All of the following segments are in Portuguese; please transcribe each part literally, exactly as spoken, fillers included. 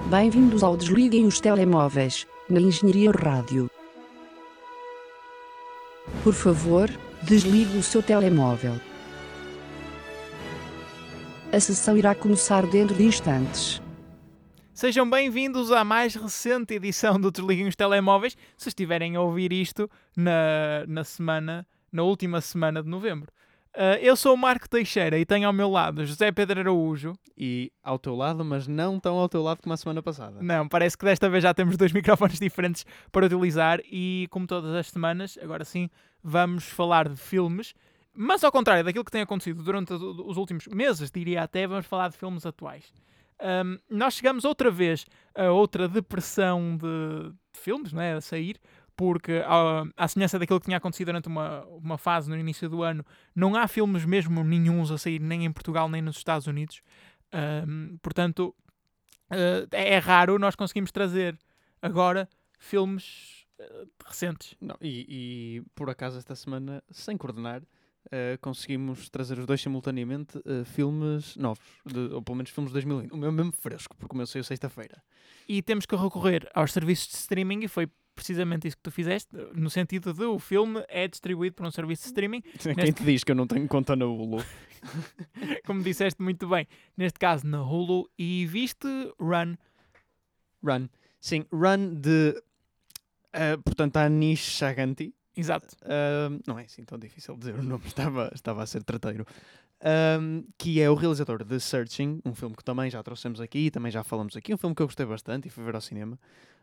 Bem-vindos ao Desliguem os Telemóveis, na Engenharia Rádio. Por favor, desligue o seu telemóvel. A sessão irá começar dentro de instantes. Sejam bem-vindos à mais recente edição do Desliguem os Telemóveis, se estiverem a ouvir isto na, na semana, na última semana de novembro. Uh, eu sou o Marco Teixeira e tenho ao meu lado José Pedro Araújo. E ao teu lado, mas não tão ao teu lado como a semana passada. Não, parece que desta vez já temos dois microfones diferentes para utilizar e, como todas as semanas, agora sim, vamos falar de filmes, mas ao contrário daquilo que tem acontecido durante os últimos meses, diria até, vamos falar de filmes atuais. Um, nós chegamos outra vez a outra depressão de, de filmes, não é? A sair, porque à, à semelhança daquilo que tinha acontecido durante uma, uma fase no início do ano, não há filmes mesmo nenhuns a sair, nem em Portugal nem nos Estados Unidos. Um, portanto, uh, é, é raro nós conseguimos trazer agora filmes uh, recentes. Não, e, e por acaso esta semana, sem coordenar, uh, conseguimos trazer os dois simultaneamente uh, filmes novos, de, ou pelo menos filmes de dois mil e vinte. O meu mesmo fresco, porque o meu saiu sexta-feira. E temos que recorrer aos serviços de streaming e foi precisamente isso que tu fizeste, no sentido de o filme é distribuído por um serviço de streaming. Quem Neste... te diz que eu não tenho conta na Hulu? Como disseste muito bem, neste caso na Hulu, e viste Run. Run. Sim, Run de, uh, portanto, Anish Chaganty. Exato. Uh, não é assim tão difícil dizer o nome, estava, estava a ser trateiro. Um, que é o realizador de Searching, um filme que também já trouxemos aqui, também já falamos aqui, um filme que eu gostei bastante e fui ver ao cinema.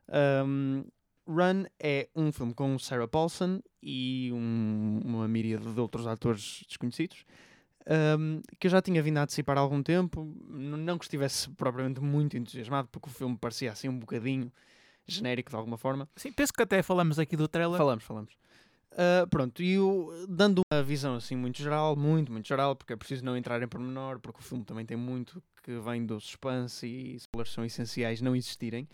Um, Run é um filme com Sarah Paulson e um, uma miríade de outros atores desconhecidos, um, que eu já tinha vindo a antecipar há algum tempo, não que estivesse propriamente muito entusiasmado, porque o filme parecia assim um bocadinho genérico de alguma forma. Sim, penso que até falamos aqui do trailer. Falamos, falamos. Uh, pronto, e eu, dando uma visão assim muito geral, muito, muito geral, porque é preciso não entrar em pormenor, porque o filme também tem muito que vem do suspense e spoilers são essenciais não existirem.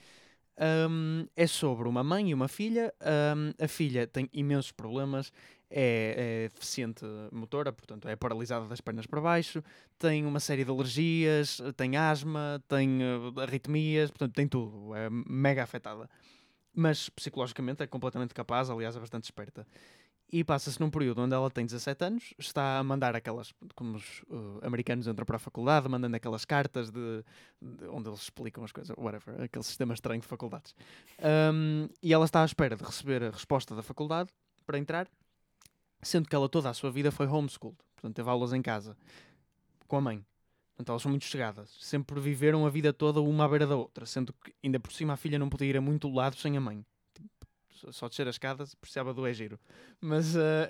Um, é sobre uma mãe e uma filha. Um, a filha tem imensos problemas, é, é deficiente motora, portanto é paralisada das pernas para baixo, tem uma série de alergias, tem asma, tem uh, arritmias, portanto tem tudo, é mega afetada. Mas psicologicamente é completamente capaz, aliás é bastante esperta. E passa-se num período onde ela tem dezassete anos, está a mandar aquelas, como os uh, americanos entram para a faculdade, mandando aquelas cartas de, de onde eles explicam as coisas, whatever, aquele sistema estranho de faculdades. Um, e ela está à espera de receber a resposta da faculdade para entrar, sendo que ela toda a sua vida foi homeschooled, portanto teve aulas em casa, com a mãe. Portanto, elas são muito chegadas, sempre viveram a vida toda uma à beira da outra, sendo que ainda por cima a filha não podia ir a muito lado sem a mãe. Só descer as escadas, precisava do é giro. Mas, uh,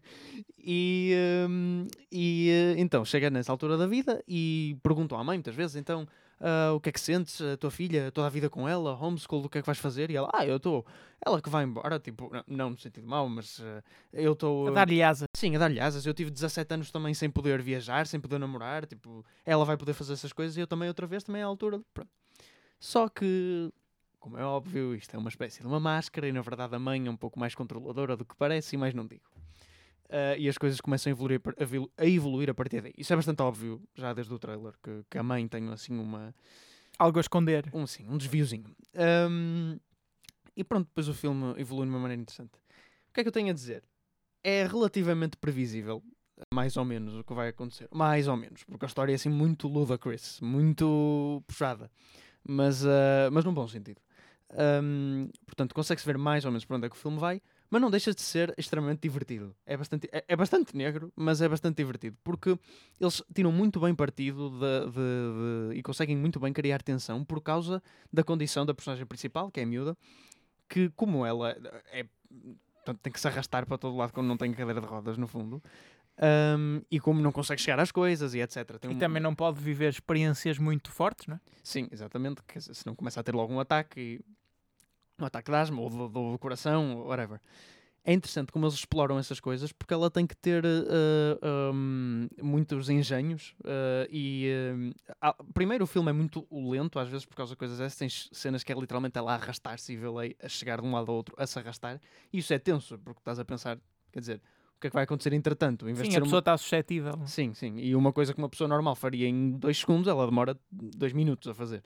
e, um, e uh, então, chega nessa altura da vida e perguntam à mãe, muitas vezes, então, uh, o que é que sentes? A tua filha, toda a vida com ela, homeschool, o que é que vais fazer? E ela, ah, eu estou, ela que vai embora, tipo, não, não no sentido mau, mas uh, eu estou... Uh, a dar-lhe asas. Sim, a dar-lhe asas. Eu tive dezassete anos também sem poder viajar, sem poder namorar, tipo, ela vai poder fazer essas coisas e eu também outra vez, também à altura. Pronto. Só que... Como é óbvio, isto é uma espécie de uma máscara e, na verdade, a mãe é um pouco mais controladora do que parece e mais não digo. Uh, e as coisas começam a evoluir, a evoluir a partir daí. Isso é bastante óbvio, já desde o trailer, que, que a mãe tem, assim, uma... Algo a esconder. Um, sim, um desviozinho. Um, e pronto, depois o filme evolui de uma maneira interessante. O que é que eu tenho a dizer? É relativamente previsível, mais ou menos, o que vai acontecer. Mais ou menos, porque a história é, assim, muito ludicrous, muito puxada. Mas, uh, mas num bom sentido. Um, portanto, consegue-se ver mais ou menos para onde é que o filme vai, mas não deixa de ser extremamente divertido. É bastante, é, é bastante negro, mas é bastante divertido, porque eles tiram muito bem partido de, de, de, e conseguem muito bem criar tensão por causa da condição da personagem principal, que é a miúda, que como ela é, portanto, tem que se arrastar para todo lado quando não tem cadeira de rodas, no fundo. Um, e como não consegue chegar às coisas e etcétera. Tem e um... também não pode viver experiências muito fortes, não é? Sim, exatamente, que se não começa a ter logo um ataque, e... um ataque de asma, ou do, do coração, ou whatever. É interessante como eles exploram essas coisas, porque ela tem que ter uh, um, muitos engenhos, uh, e uh, primeiro o filme é muito lento, às vezes por causa de coisas dessas, tens cenas que é literalmente ela a arrastar-se e vê-la a chegar de um lado ao outro, a se arrastar, e isso é tenso, porque estás a pensar, quer dizer... O que é que vai acontecer entretanto? Em vez sim, de ser a pessoa uma... está suscetível. Sim, sim. E uma coisa que uma pessoa normal faria em dois segundos, ela demora dois minutos a fazer.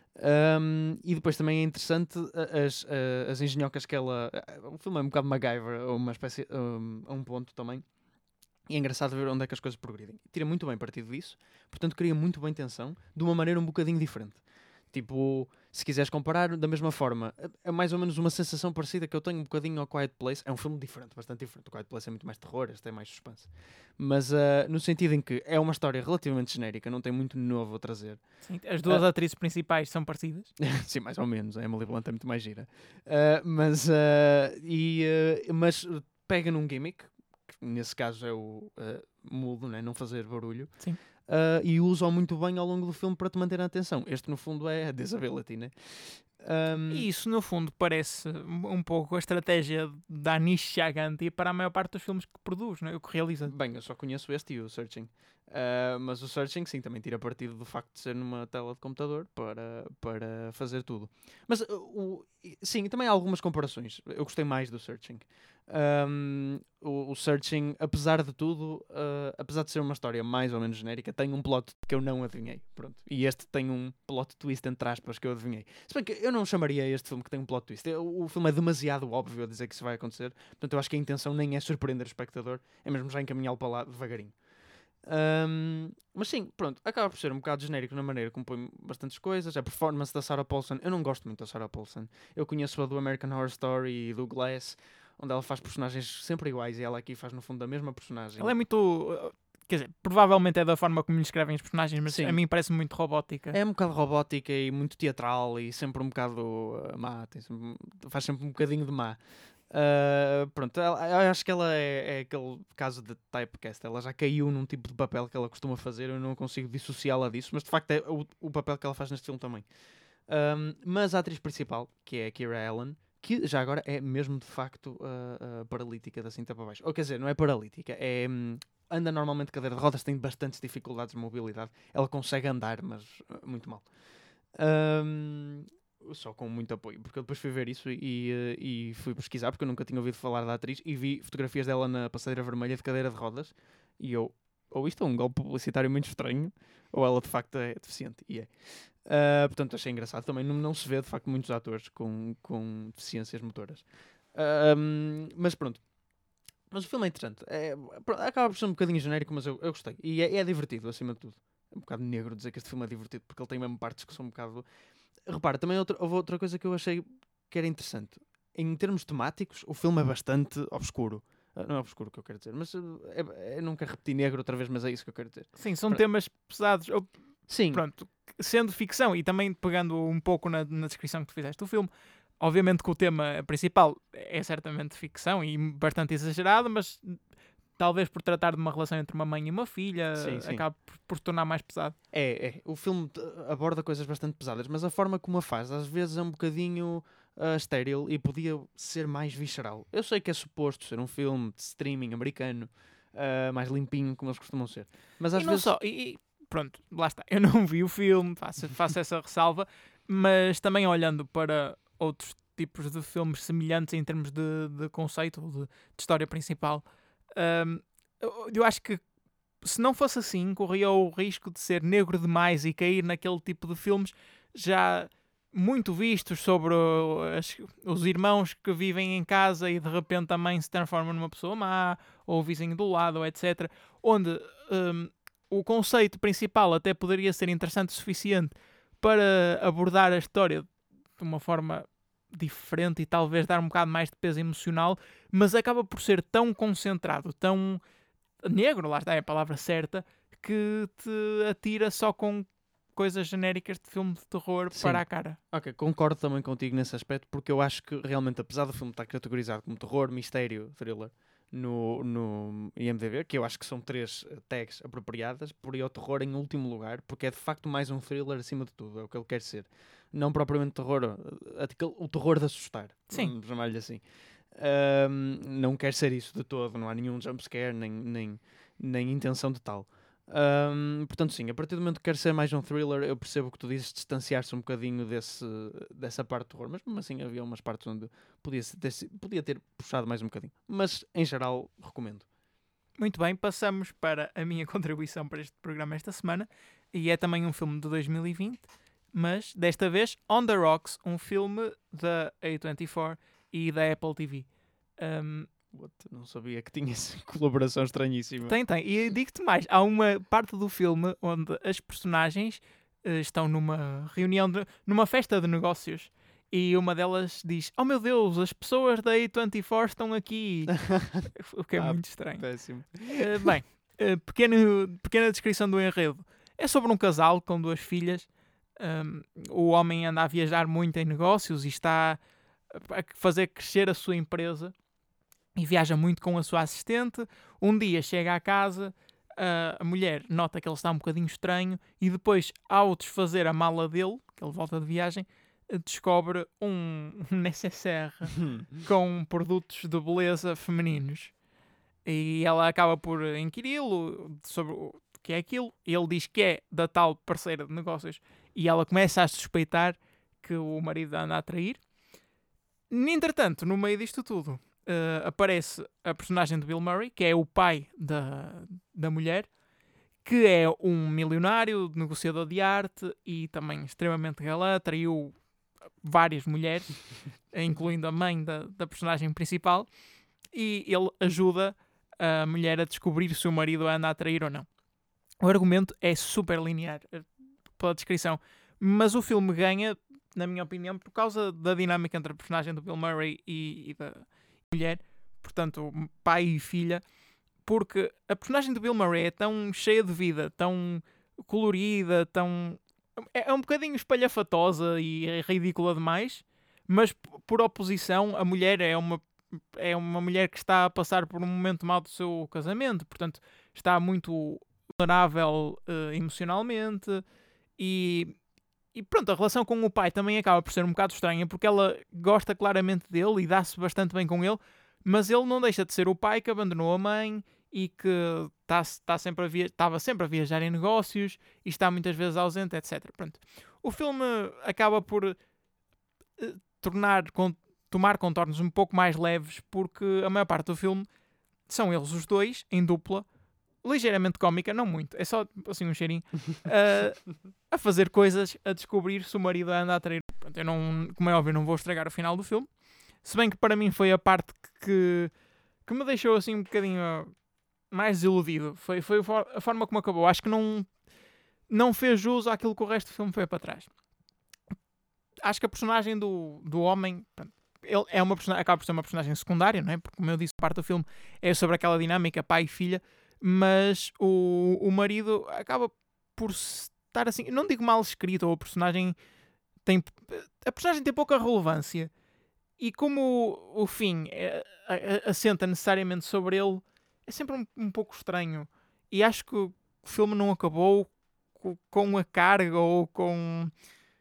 Um, e depois também é interessante as, as, as engenhocas que ela... O filme é um bocado MacGyver, uma espécie, um, a um ponto também. E é engraçado ver onde é que as coisas progridem. Tira muito bem partido disso, portanto cria muito bem tensão, de uma maneira um bocadinho diferente. Tipo, se quiseres comparar, da mesma forma, é mais ou menos uma sensação parecida que eu tenho um bocadinho ao Quiet Place. É um filme diferente, bastante diferente. O Quiet Place é muito mais terror, este é mais suspense. Mas uh, no sentido em que é uma história relativamente genérica, não tem muito novo a trazer. Sim, as duas Uh, atrizes principais são parecidas. Sim, mais ou menos. A Emily Blunt é muito mais gira. Uh, mas, uh, e, uh, mas pega num gimmick, que nesse caso é o uh, mudo, né? Não fazer barulho. Sim. Uh, e usa-o muito bem ao longo do filme para te manter a atenção. Este, no fundo, é a disability, né? Um... E isso, no fundo, parece um pouco a estratégia da Anish Chaganty para a maior parte dos filmes que produz, não é? O que realiza. Bem, eu só conheço este e o Searching. Uh, mas o Searching, sim, também tira partido do facto de ser numa tela de computador para, para fazer tudo. Mas, uh, o, sim, também há algumas comparações. Eu gostei mais do Searching. Um, o, o Searching, apesar de tudo, uh, apesar de ser uma história mais ou menos genérica, tem um plot que eu não adivinhei. Pronto. E este tem um plot twist, entre aspas, que eu adivinhei. Se bem que eu não chamaria este filme que tem um plot twist. O, o filme é demasiado óbvio a dizer que isso vai acontecer. Portanto, eu acho que a intenção nem é surpreender o espectador, é mesmo já encaminhá-lo para lá devagarinho. Um, mas sim, pronto, acaba por ser um bocado genérico na maneira como põe bastantes coisas. A performance da Sarah Paulson, eu não gosto muito da Sarah Paulson. Eu conheço-a do American Horror Story e do Glass, onde ela faz personagens sempre iguais e ela aqui faz no fundo a mesma personagem. Ela é muito... Quer dizer, provavelmente é da forma como lhe escrevem os personagens, mas sim, a mim parece muito robótica. É um bocado robótica e muito teatral e sempre um bocado uh, má. Tem sempre, faz sempre um bocadinho de má. Uh, pronto, ela, eu acho que ela é, é aquele caso de typecast. Ela já caiu num tipo de papel que ela costuma fazer. Eu não consigo dissociá-la disso, mas de facto é o, o papel que ela faz neste filme também. Um, mas a atriz principal, que é a Kira Allen, que já agora é mesmo de facto uh, uh, paralítica da cinta para baixo. Ou quer dizer, não é paralítica, é... Um, anda normalmente de cadeira de rodas, tem bastantes dificuldades de mobilidade. Ela consegue andar, mas uh, muito mal. Um, só com muito apoio, porque eu depois fui ver isso e, uh, e fui pesquisar, porque eu nunca tinha ouvido falar da atriz, e vi fotografias dela na passadeira vermelha de cadeira de rodas, e eu, ou isto é um golpe publicitário muito estranho, ou ela de facto é deficiente, e é. Uh, portanto, achei engraçado. Também não, não se vê, de facto, muitos atores com, com deficiências motoras. Um, mas pronto. Mas o filme é interessante. É, acaba por ser um bocadinho genérico, mas eu, eu gostei. E é, é divertido, acima de tudo. É um bocado negro dizer que este filme é divertido, porque ele tem mesmo partes que são um bocado... Repara, também outra, houve outra coisa que eu achei que era interessante. Em termos temáticos, o filme é bastante obscuro. Não é obscuro o que eu quero dizer, mas é, é, não quero repetir negro outra vez, mas é isso que eu quero dizer. Sim, são Pronto. temas pesados. Eu, Sim. Pronto, sendo ficção e também pegando um pouco na, na descrição que tu fizeste do filme, obviamente que o tema principal é certamente ficção e bastante exagerado, mas talvez por tratar de uma relação entre uma mãe e uma filha, sim, sim. acaba por, por se tornar mais pesado. É, é. O filme aborda coisas bastante pesadas, mas a forma como a faz às vezes é um bocadinho uh, estéril e podia ser mais visceral. Eu sei que é suposto ser um filme de streaming americano, uh, mais limpinho, como eles costumam ser. Mas às e não vezes... só, e, pronto, lá está. Eu não vi o filme, faço, faço essa ressalva, mas também olhando para outros tipos de filmes semelhantes em termos de, de conceito, de, de história principal, um, eu, eu acho que se não fosse assim, corria o risco de ser negro demais e cair naquele tipo de filmes já muito vistos sobre as, os irmãos que vivem em casa e de repente a mãe se transforma numa pessoa má, ou o vizinho do lado, etcétera. Onde... Um, o conceito principal até poderia ser interessante o suficiente para abordar a história de uma forma diferente e talvez dar um bocado mais de peso emocional, mas acaba por ser tão concentrado, tão negro, lá está, é a palavra certa, que te atira só com coisas genéricas de filme de terror. Sim. Para a cara. Ok, concordo também contigo nesse aspecto, porque eu acho que realmente, apesar do filme estar categorizado como terror, mistério, thriller, no, no I M D B, que eu acho que são três tags apropriadas, por aí o terror em último lugar, porque é de facto mais um thriller acima de tudo, é o que ele quer ser. Não propriamente terror, o terror de assustar, sim, vamos chamar-lhe assim. Um, não quer ser isso de todo, não há nenhum jumpscare, nem, nem, nem intenção de tal. Um, portanto, sim, a partir do momento que quer ser mais um thriller, eu percebo o que tu dizes, distanciar-se um bocadinho desse, dessa parte do terror, mas mesmo assim havia umas partes onde podia ter, podia ter puxado mais um bocadinho, mas em geral recomendo. Muito bem, passamos para a minha contribuição para este programa esta semana, e é também um filme de dois mil e vinte, mas desta vez On the Rocks, um filme da A vinte e quatro e da Apple T V. Um, What? Não sabia que tinha essa colaboração estranhíssima. tem, tem. E digo-te mais, há uma parte do filme onde as personagens uh, estão numa reunião, de, numa festa de negócios, e uma delas diz: oh meu Deus, as pessoas da A vinte e quatro estão aqui. O que é Ah, muito estranho. Péssimo. Uh, bem, uh, pequeno, pequena descrição do enredo. É sobre um casal com duas filhas. Um, o homem anda a viajar muito em negócios e está a fazer crescer a sua empresa e viaja muito com a sua assistente. Um dia chega à casa, uh, a mulher nota que ele está um bocadinho estranho e depois, ao desfazer a mala dele, que ele volta de viagem, descobre um necessaire com produtos de beleza femininos. E ela acaba por inquiri-lo sobre o que é aquilo. Ele diz que é da tal parceira de negócios e ela começa a suspeitar que o marido anda a trair. Entretanto, no meio disto tudo, uh, aparece a personagem de Bill Murray, que é o pai da, da mulher, que é um milionário, negociador de arte e também extremamente galã, traiu várias mulheres, incluindo a mãe da, da personagem principal, e ele ajuda a mulher a descobrir se o marido a anda a trair ou não. O argumento é super linear, pela descrição, mas o filme ganha, na minha opinião, por causa da dinâmica entre a personagem do Bill Murray e, e da mulher, portanto, pai e filha, porque a personagem do Bill Murray é tão cheia de vida, tão colorida, tão... é um bocadinho espalhafatosa e é ridícula demais, mas por oposição a mulher é uma, é uma mulher que está a passar por um momento mau do seu casamento, portanto está muito vulnerável uh, emocionalmente e, e pronto, a relação com o pai também acaba por ser um bocado estranha porque ela gosta claramente dele e dá-se bastante bem com ele, mas ele não deixa de ser o pai que abandonou a mãe e que tá, tá sempre a via- estava sempre a viajar em negócios e está muitas vezes ausente, etcétera. Pronto. O filme acaba por uh, tornar, con- tomar contornos um pouco mais leves porque a maior parte do filme são eles os dois, em dupla, ligeiramente cómica, não muito, é só assim um cheirinho, uh, a fazer coisas, a descobrir se o marido anda a trair. Pronto, eu não, como é óbvio, não vou estragar o final do filme, se bem que para mim foi a parte que, que me deixou assim um bocadinho mais desiludido. Foi, foi a forma como acabou. Acho que não, não fez jus àquilo que o resto do filme foi para trás. Acho que a personagem do, do homem, pronto, ele é uma personagem, acaba por ser uma personagem secundária, não é? Porque, como eu disse, parte do filme é sobre aquela dinâmica pai e filha, mas o, o marido acaba por estar assim, não digo mal escrito, ou a personagem tem, a personagem tem pouca relevância, e como o, o fim é, assenta necessariamente sobre ele, é sempre um, um pouco estranho. E acho que o filme não acabou com, com a carga ou com,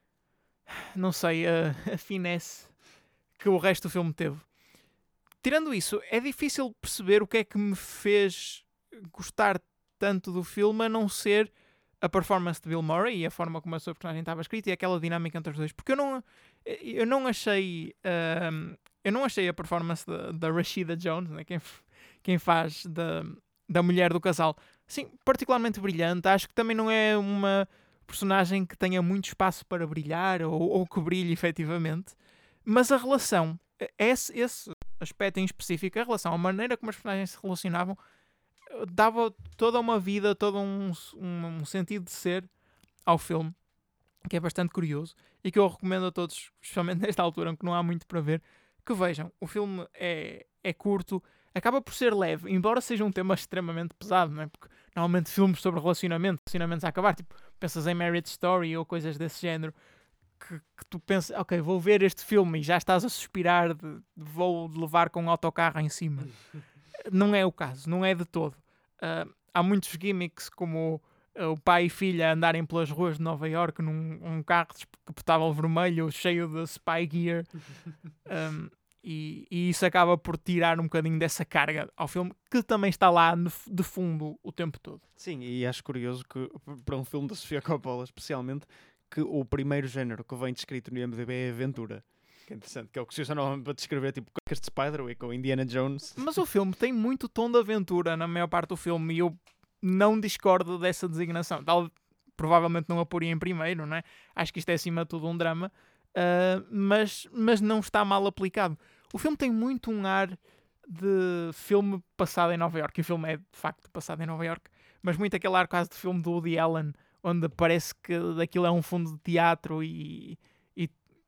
não sei, a, a finesse que o resto do filme teve. Tirando isso, é difícil perceber o que é que me fez gostar tanto do filme, a não ser a performance de Bill Murray e a forma como a sua personagem estava escrita e aquela dinâmica entre os dois. Porque eu não, eu não achei um, eu não achei a performance da, da Rashida Jones, né, quem, quem faz da, da mulher do casal, assim, particularmente brilhante. Acho que também não é uma personagem que tenha muito espaço para brilhar ou, ou que brilhe efetivamente, mas a relação, esse, esse aspecto em específico, a relação, a maneira como as personagens se relacionavam, dava toda uma vida, todo um, um, um sentido de ser ao filme, que é bastante curioso e que eu recomendo a todos, especialmente nesta altura, que não há muito para ver, que vejam. O filme é, é curto, acaba por ser leve, embora seja um tema extremamente pesado, não é? Porque normalmente filmes sobre relacionamento, relacionamentos a acabar, tipo, pensas em Marriage Story ou coisas desse género, que, que tu pensas, ok, vou ver este filme e já estás a suspirar de, de vou levar com um autocarro em cima. Não é o caso, não é de todo. Uh, há muitos gimmicks como uh, o pai e filha andarem pelas ruas de Nova Iorque num um carro descapotável vermelho cheio de spy gear, um, e, e isso acaba por tirar um bocadinho dessa carga ao filme, que também está lá de fundo o tempo todo. Sim, e acho curioso que para um filme da Sofia Coppola especialmente, que o primeiro género que vem descrito no I M D B é aventura. Que é interessante, que é o que se usa normalmente para descrever tipo coisas de Spider-Wick ou Indiana Jones. Mas o filme tem muito tom de aventura na maior parte do filme e eu não discordo dessa designação. Tal, provavelmente não a poria em primeiro, não é? Acho que isto é acima de tudo um drama, uh, mas, mas não está mal aplicado. O filme tem muito um ar de filme passado em Nova Iorque, e o filme é de facto passado em Nova Iorque, mas muito aquele ar quase de filme do Woody Allen, onde parece que aquilo é um fundo de teatro e... e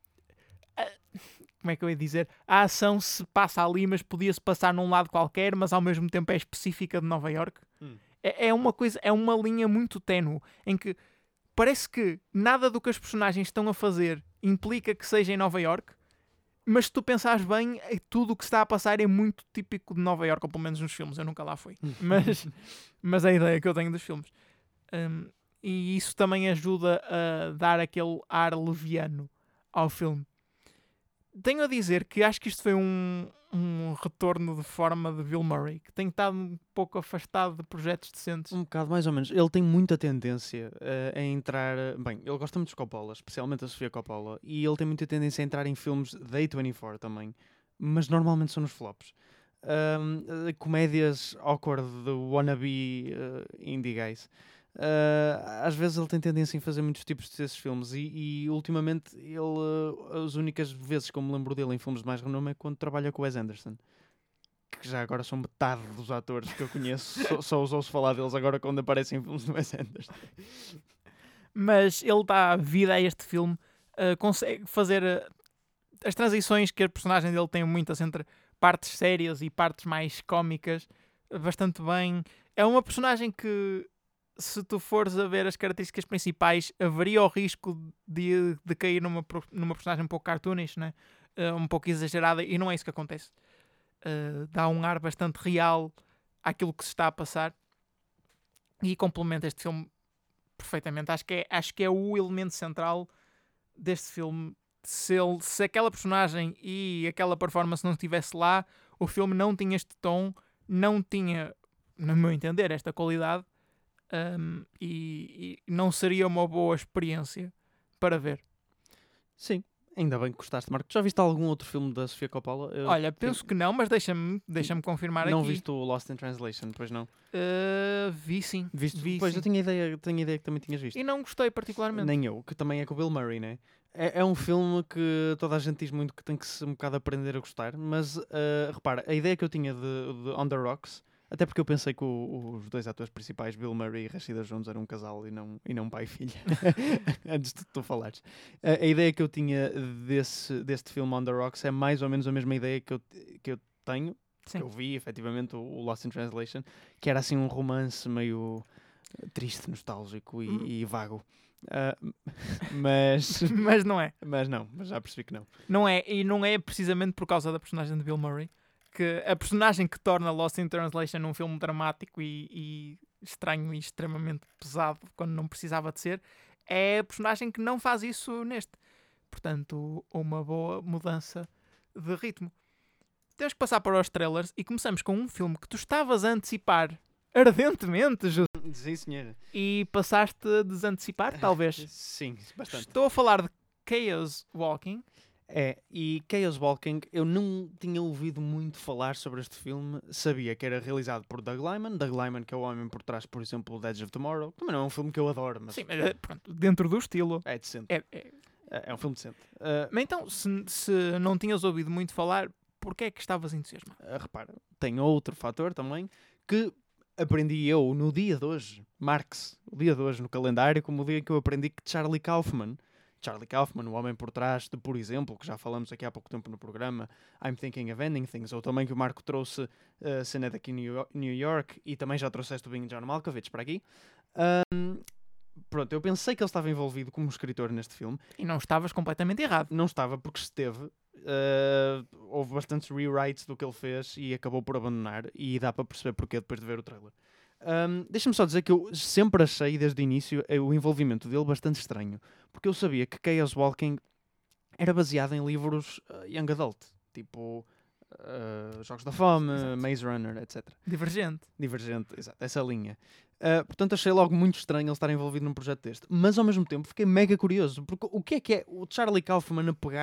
uh, como é que eu ia dizer? A ação se passa ali, mas podia-se passar num lado qualquer, mas ao mesmo tempo é específica de Nova Iorque. Hum. É, é uma coisa, é uma linha muito ténue, em que parece que nada do que as personagens estão a fazer implica que seja em Nova Iorque, mas se tu pensares bem, tudo o que está a passar é muito típico de Nova Iorque, ou pelo menos nos filmes, eu nunca lá fui. Mas, mas é a ideia que eu tenho dos filmes. Um, e isso também ajuda a dar aquele ar leviano ao filme. Tenho a dizer que acho que isto foi um, um retorno de forma de Bill Murray, que tem estado um pouco afastado de projetos decentes. Um bocado, mais ou menos. Ele tem muita tendência uh, a entrar... Bem, ele gosta muito dos Coppola, especialmente a Sofia Coppola, e ele tem muita tendência a entrar em filmes da A vinte e quatro também, mas normalmente são nos flops. Um, uh, comédias awkward de wannabe uh, indie guys. Uh, às vezes ele tem tendência em fazer muitos tipos desses filmes e, e ultimamente ele, uh, as únicas vezes que eu me lembro dele em filmes de mais renome é quando trabalha com o Wes Anderson, que já agora são metade dos atores que eu conheço, só, só os ouço falar deles agora quando aparecem em filmes do Wes Anderson. Mas ele dá vida a este filme, uh, consegue fazer uh, as transições que a personagem dele tem muitas entre partes sérias e partes mais cómicas uh, bastante bem. É uma personagem que, se tu fores a ver as características principais, haveria o risco de, de cair numa, numa personagem um pouco cartoonish, né? Uh, um pouco exagerada, e não é isso que acontece. Uh, dá um ar bastante real àquilo que se está a passar e complementa este filme perfeitamente. Acho que é, acho que é o elemento central deste filme. Se, ele, se aquela personagem e aquela performance não estivesse lá, o filme não tinha este tom, não tinha, no meu entender, esta qualidade. Um, e, e não seria uma boa experiência para ver. Sim, ainda bem que gostaste, Marco. Já viste algum outro filme da Sofia Coppola? Eu Olha, penso que não, mas deixa-me deixa-me confirmar não aqui. Não viste o Lost in Translation, pois não? Uh, vi sim. Viste? Vi, pois sim. eu tinha ideia, tinha ideia que também tinhas visto. E não gostei particularmente. Nem eu, que também é com o Bill Murray, né? É, é um filme que toda a gente diz muito que tem que se um bocado aprender a gostar, mas uh, repara, a ideia que eu tinha de, de On the Rocks, até porque eu pensei que o, os dois atores principais, Bill Murray e Rashida Jones, eram um casal e não, e não pai e filha, antes de tu falares. A, a ideia que eu tinha desse, deste filme On the Rocks é mais ou menos a mesma ideia que eu, que eu tenho, Sim. que eu vi, efetivamente, o, o Lost in Translation, que era assim um romance meio triste, nostálgico e, hum. e vago. Uh, mas mas não é. Mas não, mas já percebi que não. Não é, e não é precisamente por causa da personagem de Bill Murray, que a personagem que torna Lost in Translation um filme dramático e, e estranho e extremamente pesado quando não precisava de ser, é a personagem que não faz isso neste. Portanto, uma boa mudança de ritmo. Temos que passar para os trailers e começamos com um filme que tu estavas a antecipar ardentemente, José. Sim, senhora. E passaste a desantecipar, talvez. Sim, bastante. Estou a falar de Chaos Walking. É, e Chaos Walking, eu não tinha ouvido muito falar sobre este filme. Sabia que era realizado por Doug Liman. Doug Liman, que é o homem por trás, por exemplo, de Edge of Tomorrow. Também não é um filme que eu adoro, mas... Sim, mas pronto, dentro do estilo. É decente. É, é... é um filme decente. Uh, mas então, se, se não tinhas ouvido muito falar, porquê é que estavas entusiasmado? Uh, repara, tem outro fator também, que aprendi eu no dia de hoje, marque-se o dia de hoje no calendário, como o dia que eu aprendi que Charlie Kaufman... Charlie Kaufman, o homem por trás de, por exemplo, que já falamos aqui há pouco tempo no programa, I'm Thinking of Ending Things, ou também que o Marco trouxe uh, Cena daqui em New York, e também já trouxeste o Being John Malkovich para aqui. Um, pronto, eu pensei que ele estava envolvido como escritor neste filme. E não estavas completamente errado. Não estava, porque esteve. Uh, houve bastantes rewrites do que ele fez e acabou por abandonar, e dá para perceber porquê depois de ver o trailer. Um, Deixa-me só dizer que eu sempre achei desde o início o envolvimento dele bastante estranho, porque eu sabia que Chaos Walking era baseado em livros uh, Young Adult, tipo uh, Jogos da Fome, exato. Maze Runner, etcétera. Divergente. Divergente, exato, essa linha. Uh, portanto, achei logo muito estranho ele estar envolvido num projeto deste, mas ao mesmo tempo fiquei mega curioso, porque o que é que é o Charlie Kaufman a pegar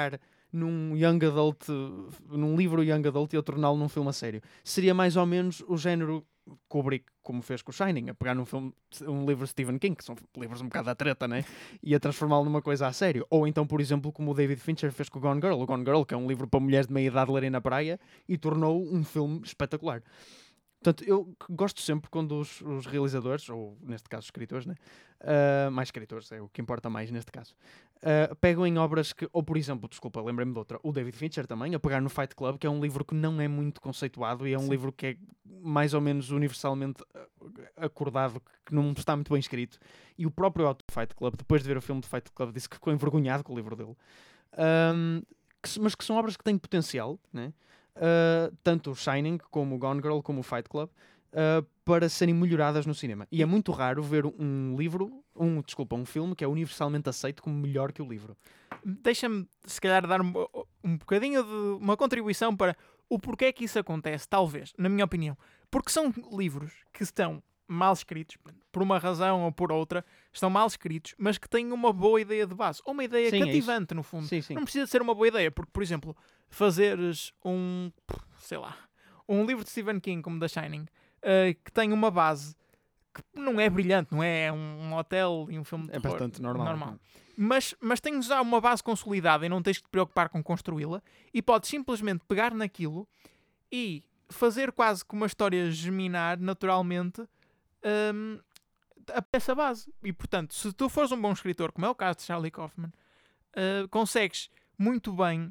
num young adult, num livro young adult e a torná-lo num filme a sério. Seria mais ou menos o género Kubrick, como fez com o Shining, a pegar num filme, um livro de Stephen King, que são livros um bocado à treta, né? E a transformá-lo numa coisa a sério. Ou então, por exemplo, como o David Fincher fez com o Gone Girl. O Gone Girl, que é um livro para mulheres de meia idade lerem na praia, e tornou um filme espetacular. Portanto, eu gosto sempre quando os, os realizadores, ou neste caso os escritores, né? Uh, mais escritores, é o que importa mais neste caso, uh, pegam em obras que, ou por exemplo, desculpa, lembrei-me de outra, o David Fincher também, a pegar no Fight Club, que é um livro que não é muito conceituado e é um Sim. livro que é mais ou menos universalmente acordado, que não está muito bem escrito. E o próprio autor do Fight Club, depois de ver o filme de Fight Club, disse que ficou envergonhado com o livro dele. Um, que, mas que são obras que têm potencial, né? Uh, tanto o Shining, como o Gone Girl, como o Fight Club, uh, para serem melhoradas no cinema. E é muito raro ver um livro, um, desculpa, um filme que é universalmente aceito como melhor que o livro. Deixa-me, se calhar, dar um, um bocadinho de uma contribuição para o porquê que isso acontece, talvez, na minha opinião. Porque são livros que estão mal escritos, por uma razão ou por outra, estão mal escritos, mas que têm uma boa ideia de base. Ou uma ideia Sim, cativante, é no fundo. Sim, sim. Não precisa ser uma boa ideia, porque, por exemplo, fazeres um, sei lá, um livro de Stephen King, como The Shining, uh, que tem uma base que não é brilhante, não é? É um hotel e um filme de É terror, bastante normal. normal. Mas, mas tens já uma base consolidada e não tens que te preocupar com construí-la, e podes simplesmente pegar naquilo e fazer quase que uma história germinar naturalmente um, a essa base. E portanto, se tu fores um bom escritor, como é o caso de Charlie Kaufman, uh, consegues muito bem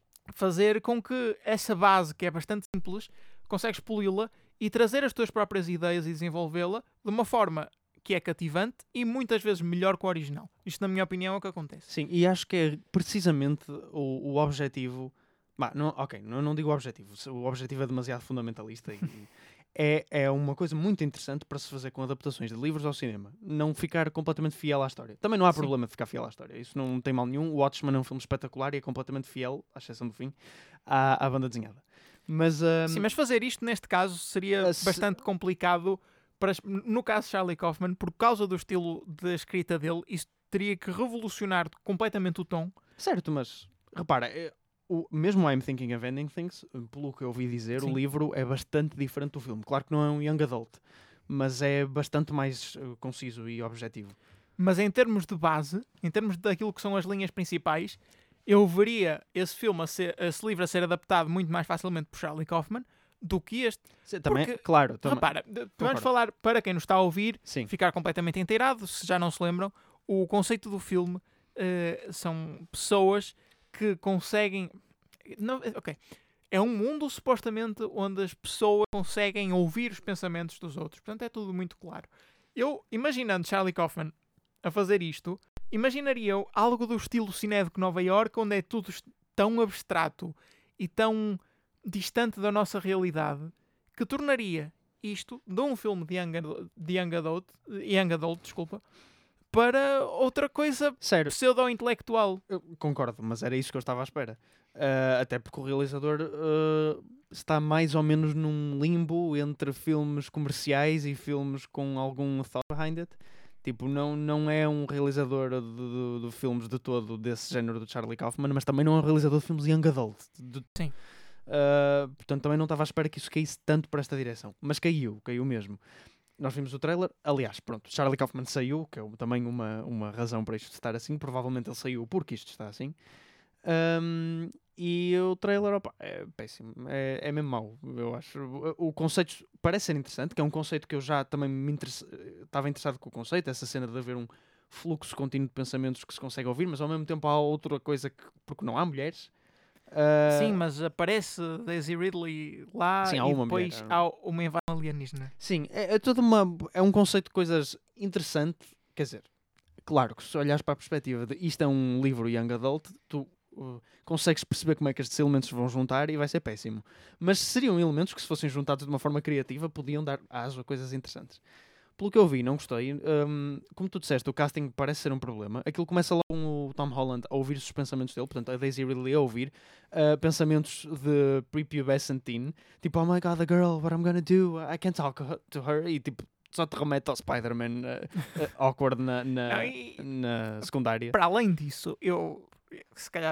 fazer com que essa base, que é bastante simples, consegues poli-la e trazer as tuas próprias ideias e desenvolvê-la de uma forma que é cativante e muitas vezes melhor que o original. Isto, na minha opinião, é o que acontece. Sim, e acho que é precisamente o, o objetivo... Bah, não, ok, não, não digo o objetivo. O objetivo é demasiado fundamentalista e... É, é uma coisa muito interessante para se fazer com adaptações de livros ao cinema. Não ficar completamente fiel à história. Também não há Sim. problema de ficar fiel à história. Isso não tem mal nenhum. O Watchmen é um filme espetacular e é completamente fiel, à exceção do fim, à, à banda desenhada. Mas, um... Sim, mas fazer isto, neste caso, seria se... bastante complicado. Para, no caso de Charlie Kaufman, por causa do estilo de escrita dele, isso teria que revolucionar completamente o tom. Certo, mas repara... É... O, mesmo I'm Thinking of Ending Things, pelo que eu ouvi dizer, Sim. o livro é bastante diferente do filme. Claro que não é um young adult, mas é bastante mais uh, conciso e objetivo. Mas em termos de base, em termos daquilo que são as linhas principais, eu veria esse filme, a ser, esse livro a ser adaptado muito mais facilmente por Charlie Kaufman do que este. Sim, também, Porque, claro. Tam... repara, vamos falar, para quem nos está a ouvir, Sim. ficar completamente inteirado, se já não se lembram, o conceito do filme uh, são pessoas que conseguem... Não, ok. É um mundo, supostamente, onde as pessoas conseguem ouvir os pensamentos dos outros. Portanto, é tudo muito claro. Eu, imaginando Charlie Kaufman a fazer isto, imaginaria eu algo do estilo Cinédico Nova York, onde é tudo tão abstrato e tão distante da nossa realidade, que tornaria isto de um filme de young, de young adult, young adult, desculpa, para outra coisa pseudo-intelectual. Eu concordo, mas era isso que eu estava à espera. Uh, até porque o realizador uh, está mais ou menos num limbo entre filmes comerciais e filmes com algum thought behind it. Tipo, não, não é um realizador de, de, de filmes de todo desse género do Charlie Kaufman, mas também não é um realizador de filmes young adult. De... Sim. Uh, portanto, também não estava à espera que isso caísse tanto para esta direção. Mas caiu, caiu mesmo. Nós vimos o trailer, aliás, pronto, Charlie Kaufman saiu, que é também uma, uma razão para isto estar assim. Provavelmente ele saiu porque isto está assim. Um, e o trailer, opa, é péssimo, é, é mesmo mau, eu acho. O, o conceito parece ser interessante, que é um conceito que eu já também me interessa, estava interessado com o conceito, essa cena de haver um fluxo contínuo de pensamentos que se consegue ouvir, mas ao mesmo tempo há outra coisa que, porque não há mulheres. Uh... Sim, mas aparece Daisy Ridley lá. Sim, há e uma depois mulher, há uma invasão alienígena. Sim, é, é toda uma, é um conceito de coisas interessante, quer dizer, claro que se olhares para a perspectiva de isto é um livro young adult, tu Uh, consegues perceber como é que estes elementos vão juntar e vai ser péssimo. Mas seriam elementos que, se fossem juntados de uma forma criativa, podiam dar aso a coisas interessantes. Pelo que eu vi, não gostei. Um, como tu disseste, o casting parece ser um problema. Aquilo começa logo com o Tom Holland a ouvir os pensamentos dele, portanto, a Daisy Ridley a ouvir uh, pensamentos de prepubescent teen, tipo, oh my god, the girl, what I'm gonna do? I can't talk to her. E tipo, só te remete ao Spider-Man uh, uh, awkward na, na, Não, e... na secundária. Para além disso, eu... se calhar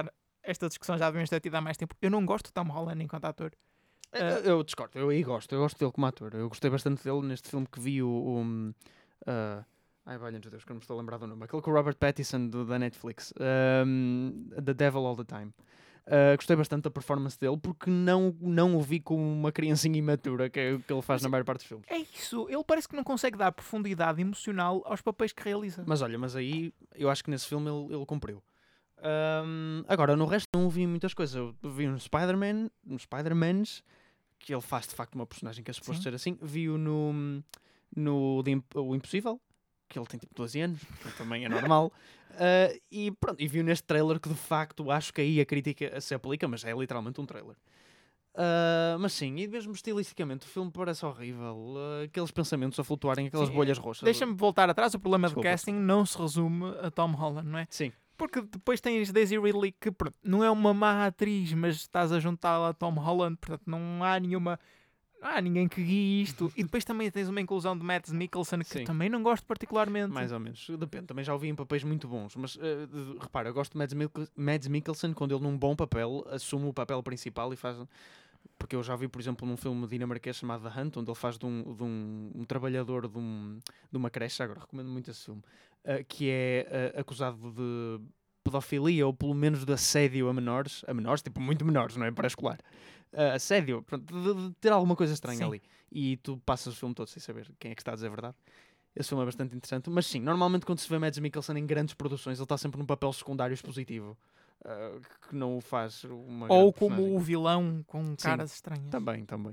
esta discussão já devíamos ter tido há mais tempo. Eu não gosto de Tom Holland enquanto ator. Eu, eu discordo, eu aí gosto, eu gosto dele como ator. Eu gostei bastante dele neste filme que vi, o... o um, uh, ai, valha Deus, que eu não me estou a lembrar do nome. Aquele com o Robert Pattinson do, da Netflix. Um, The Devil All the Time. Uh, gostei bastante da performance dele porque não, não o vi como uma criancinha imatura que é o que ele faz mas na maior parte dos filmes. É isso, ele parece que não consegue dar profundidade emocional aos papéis que realiza. Mas olha, mas aí eu acho que nesse filme ele, ele cumpriu. Um, agora, no resto não vi muitas coisas. Eu vi um Spider-Man, um Spider-Mans, que ele faz de facto uma personagem que é suposto ser assim. Vi-o no, no The Imp- o Impossível, que ele tem tipo doze anos, que também é normal. Uh, e pronto, e vi-o neste trailer que de facto acho que aí a crítica se aplica, mas é literalmente um trailer. Uh, mas sim, e mesmo estilisticamente o filme parece horrível. Uh, aqueles pensamentos a flutuarem, aquelas Sim, bolhas roxas. Deixa-me voltar atrás, o problema Desculpa, do casting não se resume a Tom Holland, não é? Sim. Porque depois tens Daisy Ridley, que pronto, não é uma má atriz, mas estás a juntá-la a Tom Holland, portanto não há nenhuma... Não há ninguém que guie isto. E depois também tens uma inclusão de Mads Mikkelsen, que Sim. também não gosto particularmente. Mais ou menos, depende, também já o vi em papéis muito bons, mas uh, de- repara, eu gosto de Mads, Mikkel- Mads Mikkelsen quando ele num bom papel assume o papel principal e faz, porque eu já vi por exemplo num filme dinamarquês chamado The Hunt, onde ele faz de um, de um, um trabalhador de, um, de uma creche, agora recomendo muito esse filme, uh, que é uh, acusado de pedofilia ou pelo menos de assédio a menores, a menores, tipo muito menores, não é, pré-escolar. Uh, assédio, pronto, de, de ter alguma coisa estranha Sim. ali. E tu passas o filme todo sem saber quem é que está a dizer a verdade. Esse filme é bastante interessante. Mas sim, normalmente quando se vê Mads Mikkelsen em grandes produções, ele está sempre num papel secundário expositivo. Uh, que não o faz uma Ou grande como personagem. o vilão com Sim, caras estranhas. Também, também.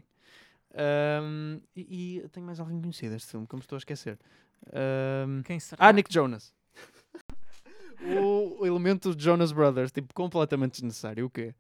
Um, e, e tenho mais alguém conhecido este filme, que eu me estou a esquecer. Um, Quem será? ah, Nick Jonas. o, o elemento de Jonas Brothers, tipo, completamente desnecessário. O quê?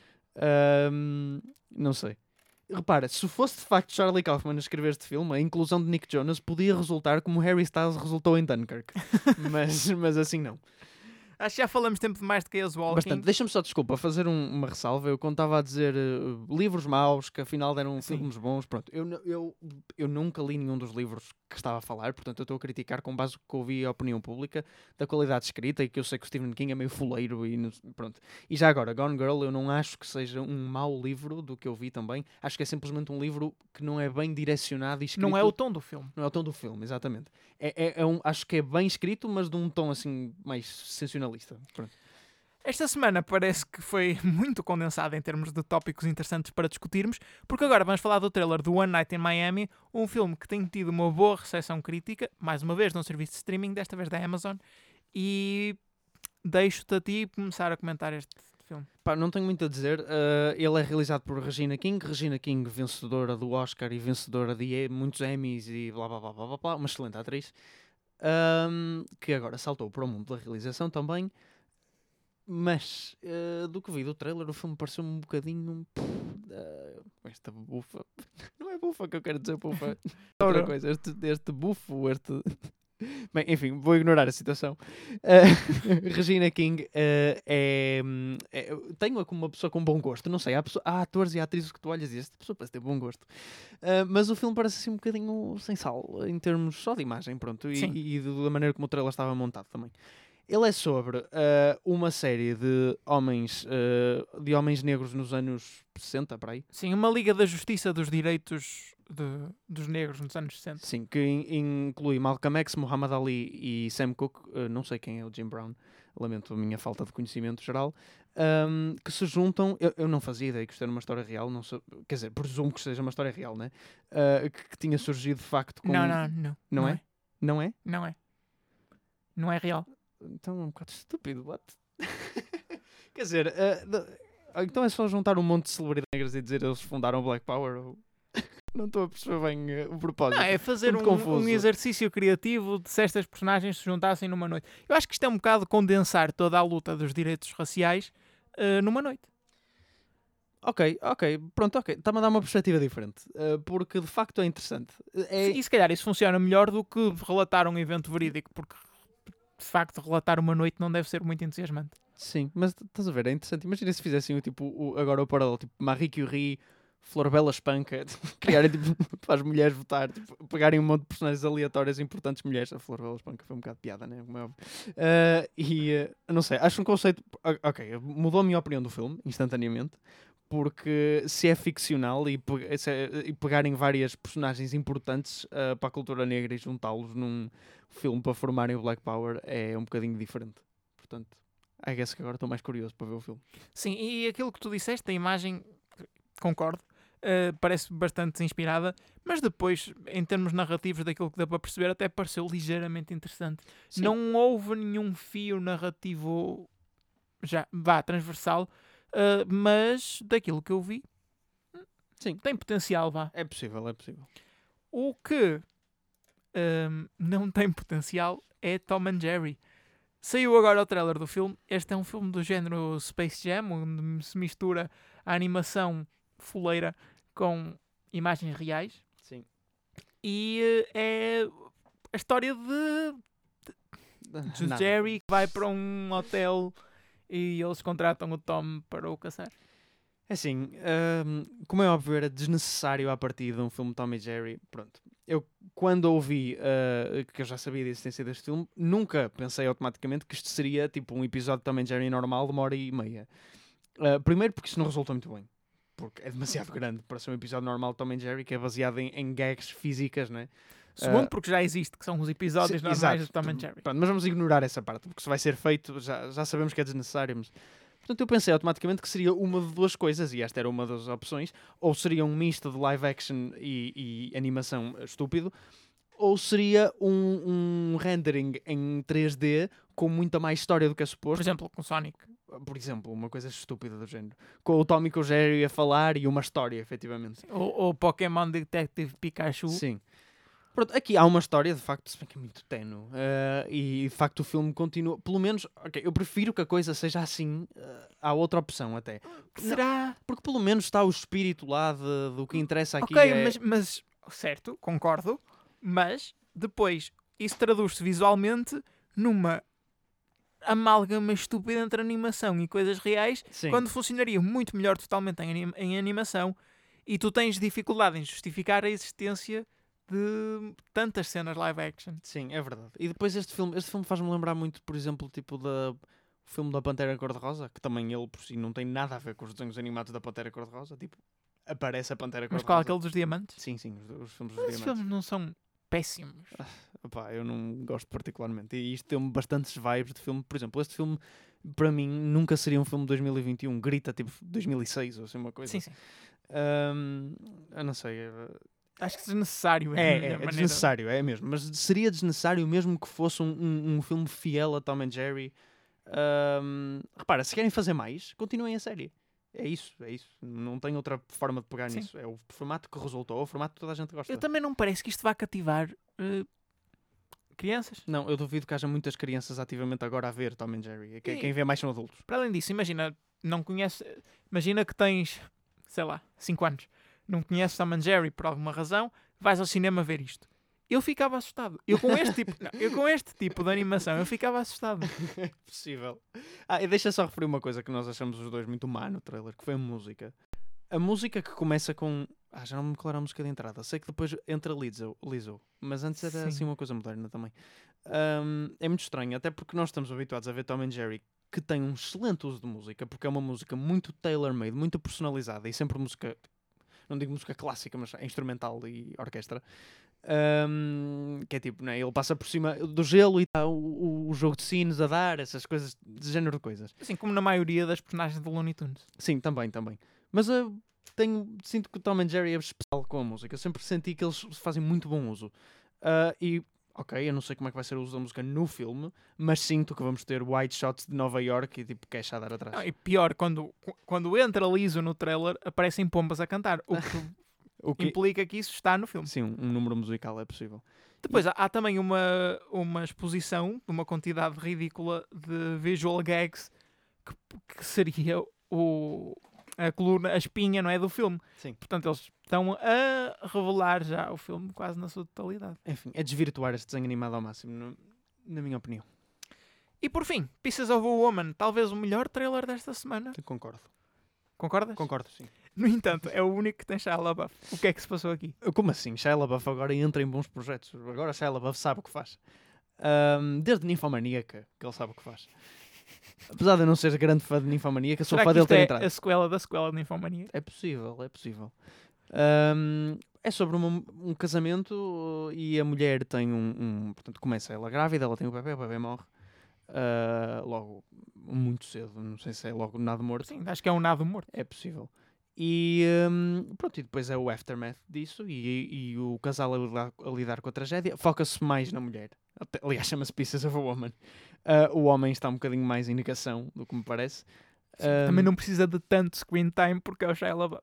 Um, não sei. Repara, se fosse de facto Charlie Kaufman a escrever este filme, a inclusão de Nick Jonas podia resultar como Harry Styles resultou em Dunkirk. mas, mas assim não. Acho que já falamos tempo demais de Chaos Walking. Bastante. Deixa-me só, desculpa, fazer um- uma ressalva. Eu quando estava a dizer uh, livros maus, que afinal eram Sim. filmes bons, pronto. Eu, n- eu, eu nunca li nenhum dos livros que estava a falar, portanto eu estou a criticar com base no que ouvi a opinião pública, da qualidade escrita, e que eu sei que o Stephen King é meio fuleiro e não- pronto. E já agora, Gone Girl, eu não acho que seja um mau livro do que eu vi também. Acho que é simplesmente um livro que não é bem direcionado e escrito... Não é o tom do filme. Não é o tom do filme, exatamente. É, é, é um, acho que é bem escrito, mas de um tom assim mais sensacionalista. Pronto. Esta semana parece que foi muito condensada em termos de tópicos interessantes para discutirmos, porque agora vamos falar do trailer do One Night in Miami, um filme que tem tido uma boa recepção crítica, mais uma vez num serviço de streaming, desta vez da Amazon, e deixo-te a ti começar a comentar este filme. Pá, não tenho muito a dizer. Uh, ele é realizado por Regina King. Regina King, vencedora do Oscar e vencedora de e- muitos Emmys e blá blá blá blá blá, blá uma excelente atriz, um, que agora saltou para o mundo da realização também. Mas, uh, do que vi do trailer, o filme pareceu-me um bocadinho... Uh, esta bufa... Não é bufa que eu quero dizer, bufa. Outra coisa, este, este bufo, este... Bem, enfim, vou ignorar a situação. Uh, Regina King uh, é, é... Tenho-a como uma pessoa com bom gosto. Não sei, há, pessoa, há atores e atrizes que tu olhas e esta pessoa parece ter bom gosto. Uh, mas o filme parece assim um bocadinho sem sal, em termos só de imagem, pronto. E, e, e da maneira como o trailer estava montado também. Ele é sobre uh, uma série de homens, uh, de homens negros nos anos sessenta, para aí. Sim, uma Liga da Justiça dos Direitos de, dos Negros nos anos sessenta. Sim, que in- inclui Malcolm X, Muhammad Ali e Sam Cooke, uh, não sei quem é o Jim Brown, lamento a minha falta de conhecimento geral, um, que se juntam, eu, eu não fazia ideia que isto era uma história real, não sei, quer dizer, presumo que seja uma história real, né? Uh, que, que tinha surgido de facto com... Não, não, não. Não é? Não é? Não é. Não é real. Então é um bocado estúpido, what? Quer dizer, uh, de- então é só juntar um monte de celebridades negras e dizer eles fundaram o Black Power? Ou... Não estou a perceber bem uh, o propósito. Não, é fazer Muito um, confuso. um exercício criativo de se estas personagens se juntassem numa noite. Eu acho que isto é um bocado condensar toda a luta dos direitos raciais uh, numa noite. Ok, ok, pronto, ok. Está-me a dar uma perspectiva diferente, uh, porque de facto é interessante. É... E se calhar isso funciona melhor do que relatar um evento verídico, porque de facto relatar uma noite não deve ser muito entusiasmante. Sim, mas estás a ver, é interessante. Imagina se fizessem o tipo, o, agora o paralelo, tipo Marie Curie Florbela espanca, criarem tipo, para as mulheres votar, tipo, pegarem um monte de personagens aleatórias importantes mulheres. A Florbela espanca foi um bocado de piada, né? Como é óbvio. Uh, e uh, não sei, acho um conceito. Ok, mudou a minha opinião do filme instantaneamente, porque se é ficcional e, pe se é, e pegarem várias personagens importantes uh, para a cultura negra e juntá-los num filme para formarem o Black Power é um bocadinho diferente. Portanto, I guess que agora estou mais curioso para ver o filme. Sim, e aquilo que tu disseste, a imagem, concordo. Uh, parece bastante inspirada, mas depois, em termos narrativos, daquilo que deu para perceber, até pareceu ligeiramente interessante. Sim. Não houve nenhum fio narrativo já, vá, transversal, uh, mas daquilo que eu vi, Sim. tem potencial, vá. É possível, é possível. O que um, não tem potencial é Tom and Jerry. Saiu agora o trailer do filme. Este é um filme do género Space Jam, onde se mistura a animação fuleira com imagens reais. Sim. E uh, é a história de, de, de Jerry que vai para um hotel e eles contratam o Tom para o caçar. É assim, um, como é óbvio, era desnecessário à partida um filme Tom e Jerry. Pronto. Eu, quando ouvi uh, que eu já sabia da existência deste filme, nunca pensei automaticamente que isto seria tipo um episódio de Tom e Jerry normal de uma hora e meia. Uh, primeiro porque isso não resulta muito bem. Porque é demasiado grande para ser um episódio normal de Tom and Jerry, que é baseado em, em gags físicas, né? Segundo, uh, porque já existe, que são os episódios se, normais exato, de Tom and Jerry. Pronto, mas vamos ignorar essa parte, porque se vai ser feito, já, já sabemos que é desnecessário. Mas... Portanto, eu pensei automaticamente que seria uma de duas coisas, e esta era uma das opções, ou seria um misto de live action e, e animação estúpido, ou seria um, um rendering em três D com muita mais história do que é suposto. Por exemplo, com Sonic. Por exemplo, uma coisa estúpida do género. Com o Tom e com o Jerry a falar e uma história, efetivamente. Ou o Pokémon Detective Pikachu. Sim. Pronto, aqui há uma história, de facto, se bem que é muito tenue. Uh, e, de facto, o filme continua... Pelo menos, ok, eu prefiro que a coisa seja assim. Uh, há outra opção, até. Será? Não, porque pelo menos está o espírito lá de, do que interessa aqui. Ok, é... mas, mas... Certo, concordo. Mas, depois, isso traduz-se visualmente numa amálgama estúpida entre animação e coisas reais, Sim. Quando funcionaria muito melhor totalmente em, anim em animação, e tu tens dificuldade em justificar a existência de tantas cenas live action. Sim, é verdade. E depois este filme, este filme faz-me lembrar muito, por exemplo, tipo da o filme da Pantera Cor-de-Rosa, que também ele por si não tem nada a ver com os desenhos animados da Pantera Cor-de-Rosa, tipo, aparece a Pantera Cor-de-Rosa. Mas qual é aquele dos diamantes? Sim, sim, os, os filmes dos Mas esses diamantes. filmes não são péssimos. Ah, opá, eu não gosto particularmente. E isto tem bastantes vibes de filme. Por exemplo, este filme, para mim, nunca seria um filme de dois mil e vinte e um. Grita tipo dois mil e seis ou assim uma coisa. Sim, sim. Um, eu não sei. Acho que é desnecessário. É, é, é é desnecessário, é mesmo. Mas seria desnecessário mesmo que fosse um, um, um filme fiel a Tom and Jerry. Um, repara, se querem fazer mais, continuem a série. É isso, é isso. Não tem outra forma de pegar Sim. nisso. É o formato que resultou, é o formato que toda a gente gosta. Eu também não parece que isto vá cativar uh, crianças. Não, eu duvido que haja muitas crianças ativamente agora a ver Tom and Jerry. Quem, E- quem vê mais são adultos. Para além disso, imagina, não conhece, imagina que tens, sei lá, cinco anos, não conheces Tom and Jerry por alguma razão, vais ao cinema ver isto. Eu ficava assustado. Eu com este tipo, não, eu com este tipo de animação, eu ficava assustado. É possível. Ah, e deixa só referir uma coisa que nós achamos os dois muito má no trailer, que foi a música. A música que começa com... Ah, já não me me declaro a música de entrada. Sei que depois entra Lizzo, Lizzo mas antes era Sim. assim uma coisa moderna também. Um, é muito estranho, até porque nós estamos habituados a ver Tom and Jerry, que tem um excelente uso de música, porque é uma música muito tailor-made, muito personalizada, e sempre música... Não digo música clássica, mas é instrumental e orquestra. Um, que é tipo, né, ele passa por cima do gelo e tá o, o, o jogo de sinos a dar, essas coisas, de género de coisas. Assim como na maioria das personagens do Looney Tunes. Sim, também, também. Mas eu tenho, sinto que o Tom and Jerry é especial com a música. Eu sempre senti que eles fazem muito bom uso. Uh, e, ok, eu não sei como é que vai ser o uso da música no filme, mas sinto que vamos ter wide shots de Nova York e tipo cash a dar atrás. Ah, e pior, quando, quando entra Lizzo no trailer, aparecem pombas a cantar. O que O que... implica que isso está no filme. Sim, um, um número musical é possível. Depois há, há também uma, uma exposição de uma quantidade ridícula de visual gags que, que seria o, a coluna, a espinha, não é, do filme. Sim. Portanto, eles estão a revelar já o filme quase na sua totalidade. Enfim, é desvirtuar este desenho animado ao máximo, no, na minha opinião. E por fim, Pieces of a Woman, talvez o melhor trailer desta semana. Eu concordo. Concordas? Concordo, sim. No entanto, é o único que tem Shia LaBeouf. O que é que se passou aqui? Como assim? Shia LaBeouf agora entra em bons projetos. Agora Shia LaBeouf sabe o que faz. Um, desde Ninfomaníaca, que ele sabe o que faz. Apesar de eu não ser grande fã de Ninfomaníaca, sou Será fã que dele isto ter é entrado. a sequela da sequela de Ninfomania? É possível, é possível. Um, é sobre uma- um casamento e a mulher tem um, um- Portanto, começa ela grávida, ela tem o bebê, o bebê morre. Uh, logo, muito cedo. Não sei se é logo nada morto. Sim, acho que é um nado morto. É possível. E hum, pronto, e depois é o aftermath disso e, e o casal a lidar, a lidar com a tragédia. Foca-se mais na mulher. Até, aliás, chama-se Pieces of a Woman. Uh, o homem está um bocadinho mais em negação do que me parece. Sim, Um, Também não precisa de tanto screen time porque é o Shia LaBeouf.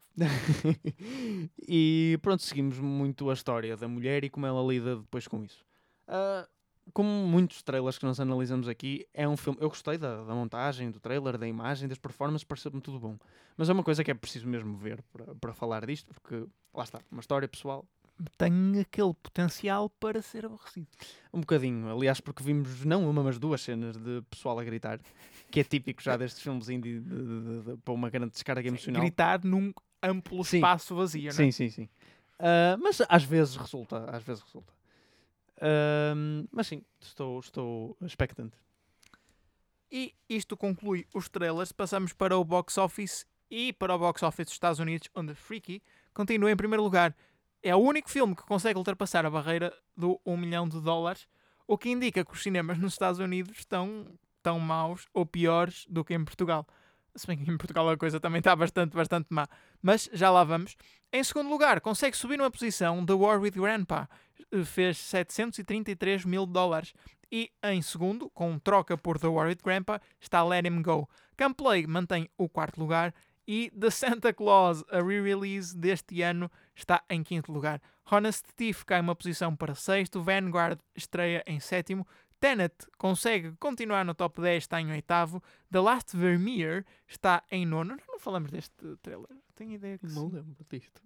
E pronto, seguimos muito a história da mulher e como ela lida depois com isso. Uh, como muitos trailers que nós analisamos aqui, é um filme. Eu gostei da, da montagem, do trailer, da imagem, das performances, pareceu-me tudo bom. Mas é uma coisa que é preciso mesmo ver para, para falar disto, porque lá está, uma história pessoal. Tem aquele potencial para ser aborrecido. Um bocadinho, aliás, porque vimos não uma, mas duas cenas de pessoal a gritar, que é típico já destes filmes indie de, de, de, de, para uma grande descarga emocional. Gritar num amplo Sim. espaço vazio, não é? Sim, sim, sim. Uh, mas às vezes resulta, às vezes resulta. Uh, mas sim, estou, estou expectante. E isto conclui os trailers. Passamos para o box office e para o box office dos Estados Unidos, onde Freaky continua em primeiro lugar. É o único filme que consegue ultrapassar a barreira do um milhão de dólares, o que indica que os cinemas nos Estados Unidos estão tão maus ou piores do que em Portugal. Se bem que em Portugal a coisa também está bastante, bastante má. Mas já lá vamos. Em segundo lugar, consegue subir uma posição The War with Grandpa. Fez setecentos e trinta e três mil dólares. E em segundo, com troca por The War with Grandpa, está Let Him Go. Camplay mantém o quarto lugar. E The Santa Claus, a re-release deste ano, está em quinto lugar. Honest Thief cai uma posição para sexto. Vanguard estreia em sétimo. Tenet consegue continuar no top dez, está em oitavo. The Last Vermeer está em nono. Não falamos deste trailer. Tenho ideia que Não sim. lembro disto.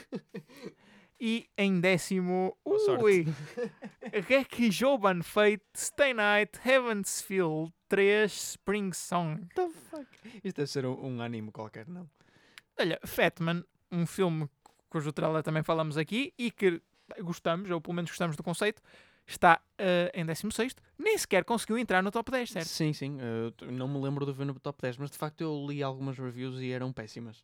E em décimo, Boa sorte. ui, Reki Joban Fate, Stay Night, Heaven's Feel três, Spring Song. What the fuck? Isto deve ser um, um anime qualquer, não? Olha, Fatman, um filme cujo trailer também falamos aqui e que gostamos, ou pelo menos gostamos do conceito, está uh, em décimo sexto. Nem sequer conseguiu entrar no top dez, certo? Sim, sim. Uh, t- não me lembro de ver no top dez, mas de facto eu li algumas reviews e eram péssimas.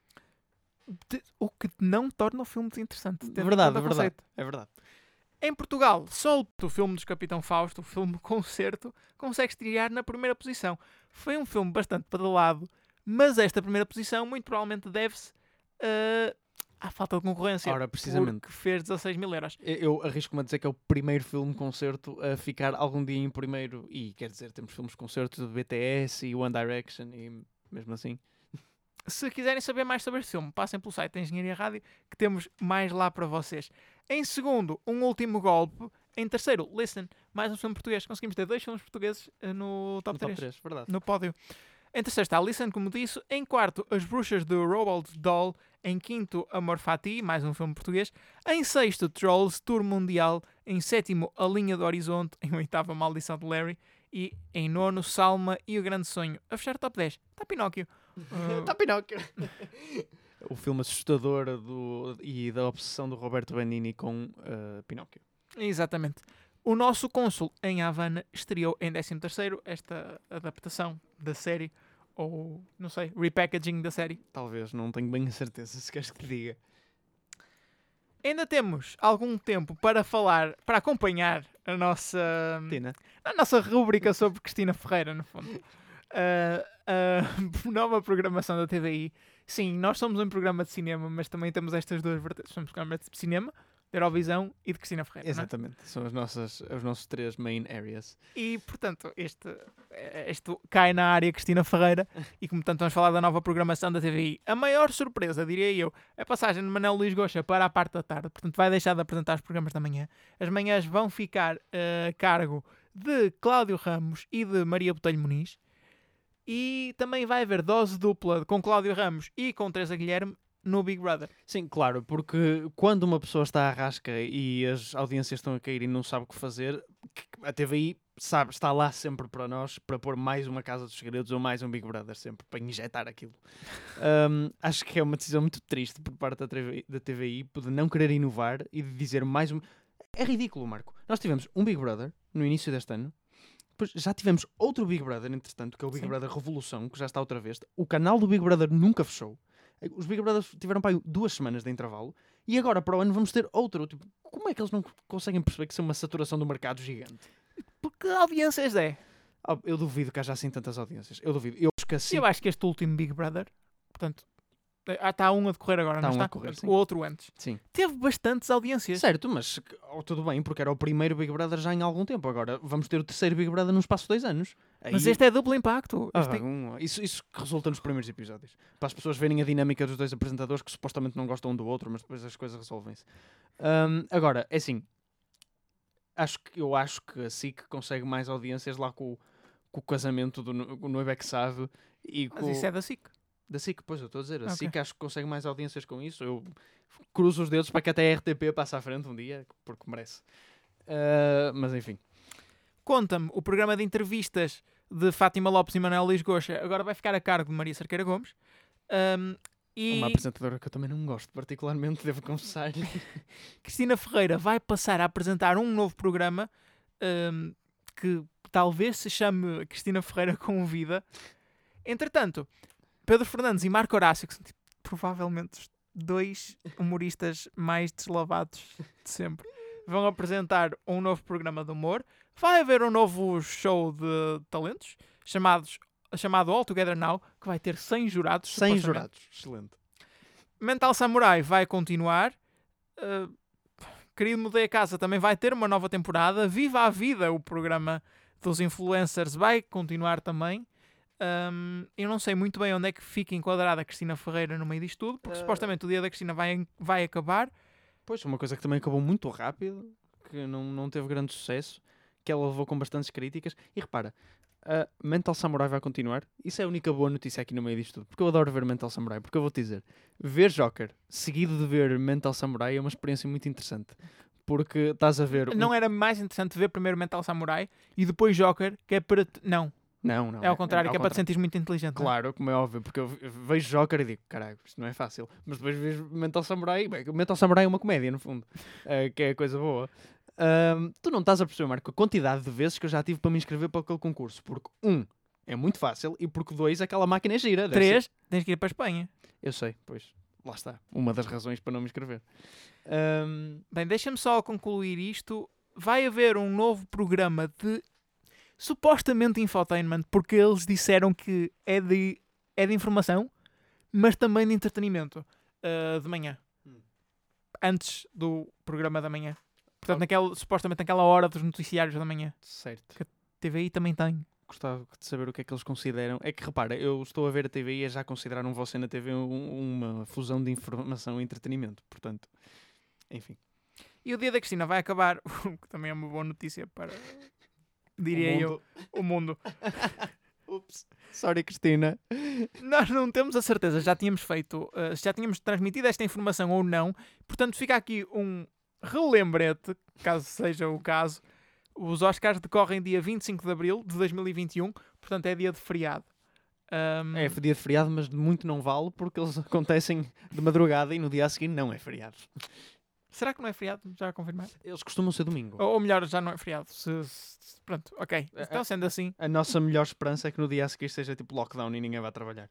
De- o que não torna o filme desinteressante. tendo em Verdade, conta o verdade. conceito. É verdade. Em Portugal, só o filme dos Capitão Fausto, o filme Concerto, consegue estrear na primeira posição. Foi um filme bastante badalado, mas esta primeira posição muito provavelmente deve-se uh, à falta de concorrência. Ora, precisamente. Porque fez dezasseis mil euros. Eu, eu arrisco-me a dizer que é o primeiro filme concerto a ficar algum dia em primeiro. E quer dizer, temos filmes concertos de B T S e One Direction e mesmo assim. Se quiserem saber mais sobre este filme, passem pelo site da Engenharia Rádio, que temos mais lá para vocês. Em segundo, Um Último Golpe. Em terceiro, Listen, mais um filme português. Conseguimos ter dois filmes portugueses uh, no top no três. top três, verdade. No pódio. Em terceiro está Listen, como disse. Em quarto, As Bruxas de Roald Dahl. Em quinto, Amor Fati, mais um filme português. Em sexto, Trolls, Tour Mundial. Em sétimo, A Linha do Horizonte. Em oitavo, A Maldição de Larry. E em nono, Salma e O Grande Sonho. A fechar o top dez, está Pinóquio. Uh, Tá Pinóquio. O filme assustador do, e da obsessão do Roberto Benigni com uh, Pinóquio. Exatamente. O Nosso Cônsul em Havana estreou em décimo terceiro esta adaptação da série, ou, não sei, repackaging da série. Talvez, não tenho bem a certeza, se queres que te diga. Ainda temos algum tempo para falar, para acompanhar a nossa, Tina. a nossa rúbrica sobre Cristina Ferreira, no fundo. Uh, a nova programação da T V I. Sim, nós somos um programa de cinema, mas também temos estas duas vertentes. Somos um programa de cinema, de Eurovisão e de Cristina Ferreira. Não é? Exatamente, são as nossas, os nossos três main areas. E, portanto, este, este cai na área Cristina Ferreira e, como tanto, vamos falar da nova programação da T V I. A maior surpresa, diria eu, é a passagem de Manuel Luís Goxa para a parte da tarde. Portanto, vai deixar de apresentar os programas da manhã. As manhãs vão ficar a cargo de Cláudio Ramos e de Maria Botelho Muniz. E também vai haver dose dupla com Cláudio Ramos e com Teresa Guilherme no Big Brother. Sim, claro, porque quando uma pessoa está à rasca e as audiências estão a cair e não sabe o que fazer, a T V I sabe, está lá sempre para nós, para pôr mais uma Casa dos Segredos ou mais um Big Brother, sempre, para injetar aquilo. Um, acho que é uma decisão muito triste por parte da T V I, da T V I de não querer inovar e de dizer mais um... É ridículo, Marco. Nós tivemos um Big Brother no início deste ano, depois já tivemos outro Big Brother, entretanto, que é o Big Sim. Brother Revolução, que já está outra vez. O canal do Big Brother nunca fechou. Os Big Brothers tiveram para aí duas semanas de intervalo e agora para o ano vamos ter outro. Tipo, como é que eles não conseguem perceber que isso é uma saturação do mercado gigante? Porque audiências é. Oh, eu duvido que haja assim tantas audiências. Eu duvido. Eu acho que assim... Eu acho que este último Big Brother, portanto, ah, está um a decorrer agora, Está não um está? a decorrer, sim. O outro antes. Sim. Teve bastantes audiências. Certo, mas oh, tudo bem, porque era o primeiro Big Brother já em algum tempo. Agora vamos ter o terceiro Big Brother num espaço de dois anos. Aí... Mas este é duplo impacto. Ah, Este tem- um- isso, isso que resulta nos primeiros episódios. Para as pessoas verem a dinâmica dos dois apresentadores que supostamente não gostam um do outro, mas depois as coisas resolvem-se. Ahm, agora, é assim. Acho que, eu acho que a S I C consegue mais audiências lá com, o- com o casamento do no- o noivo é que sabe. E Mas com... isso é da S I C. Da S I C, pois eu estou a dizer. A Ok. S I C acho que consegue mais audiências com isso. Eu cruzo os dedos para que até a R T P passe à frente um dia, porque merece. Ah, mas enfim. Conta-me, o programa de entrevistas de Fátima Lopes e Manuel Luís Goxa agora vai ficar a cargo de Maria Cerqueira Gomes. Ahm, e Uma apresentadora que eu também não gosto particularmente, devo confessar. Cristina Ferreira vai passar a apresentar um novo programa ahm, que talvez se chame Cristina Ferreira Convida. Entretanto, Pedro Fernandes e Marco Horácio, que são tipo, provavelmente os dois humoristas mais deslavados de sempre, vão apresentar um novo programa de humor. Vai haver um novo show de talentos chamados, chamado All Together Now, que vai ter cem jurados. Sem supostamente. jurados. Excelente. Mental Samurai vai continuar. Uh, Querido Mudei a Casa também vai ter uma nova temporada. Viva a Vida, o programa dos influencers, vai continuar também. Um, eu não sei muito bem onde é que fica enquadrada a Cristina Ferreira no meio disto tudo, porque Uh, supostamente o dia da Cristina vai, vai acabar. Pois, uma coisa que também acabou muito rápido, que não, não teve grande sucesso, que ela levou com bastantes críticas. E repara, a Mental Samurai vai continuar. Isso é a única boa notícia aqui no meio disto tudo. Porque eu adoro ver Mental Samurai. Porque eu vou-te dizer, ver Joker seguido de ver Mental Samurai é uma experiência muito interessante. Porque estás a ver... um- Não era mais interessante ver primeiro Mental Samurai e depois Joker, que é para... te- Não, Não, não. é ao contrário, ao que é para te contrário. sentires muito inteligente. não é? Claro, como é óbvio, porque eu eu vejo Joker e digo, caralho, isto não é fácil. Mas depois vejo Mental Samurai, bem, Mental Samurai é uma comédia, no fundo, eh, que é coisa boa. Ahm, tu não estás a perceber, Marco, a quantidade de vezes que eu já tive para me inscrever para aquele concurso. Porque, um, é muito fácil, e porque, dois, aquela máquina é gira. deve Três, ser- tens que ir para a Espanha. Eu sei, pois, lá está. Uma das razões para não me inscrever. Ahm, Bem, deixa-me só concluir isto. Vai haver um novo programa de supostamente infotainment, porque eles disseram que é de, é de informação, mas também de entretenimento, ah, de manhã. Hum. Antes do programa da manhã. Portanto, Ok. naquela, supostamente naquela hora dos noticiários da manhã. certo. T V I também tem. Gostava de saber o que é que eles consideram. É que, repara, eu estou a ver a T V I e é já consideraram você na T V um- uma fusão de informação e entretenimento. Portanto, enfim. E o dia da Cristina vai acabar, o que também é uma boa notícia para, diria O eu, mundo- o mundo. Ups. Sorry, Cristina. Nós não temos a certeza, já tínhamos feito, uh, já tínhamos transmitido esta informação ou não, portanto fica aqui um relembrete, caso seja o caso. Os Oscars decorrem dia vinte e cinco de abril de dois mil e vinte e um, portanto é dia de feriado. Um, É dia de feriado, mas de muito não vale porque eles acontecem de madrugada e no dia a seguir não é feriado. Será que não é feriado? Já a confirmar? Eles costumam ser domingo. Ou, ou melhor, já não é feriado. Se, se- pronto, ok. Então sendo assim, A nossa melhor esperança é que no dia a seguir seja tipo lockdown e ninguém vai trabalhar.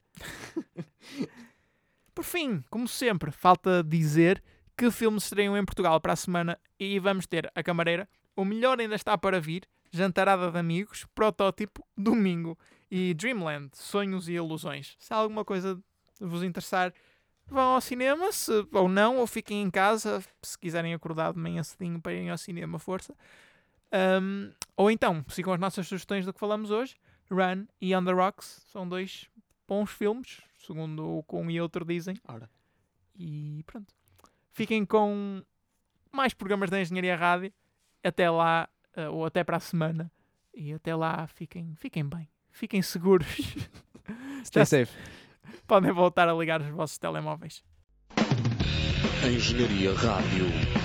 por fim, como sempre, falta dizer que filmes estreiam em Portugal para a semana e vamos ter A Camareira, O Melhor Ainda Está para Vir, Jantarada de Amigos, Protótipo, Domingo e Dreamland, Sonhos e Ilusões. Se há alguma coisa vos interessar, vão ao cinema, se, ou não, ou fiquem em casa, se quiserem acordar de manhã cedinho para irem ao cinema, força. Um, ou então, sigam as nossas sugestões do que falamos hoje. Run e On The Rocks são dois bons filmes, segundo o que um e outro dizem. Ora, E pronto. Fiquem com mais programas da Engenharia Rádio. Até lá, uh, ou até para a semana. E até lá, fiquem, fiquem bem. Fiquem seguros. stay Já safe. podem voltar a ligar os vossos telemóveis. Engenharia Rádio.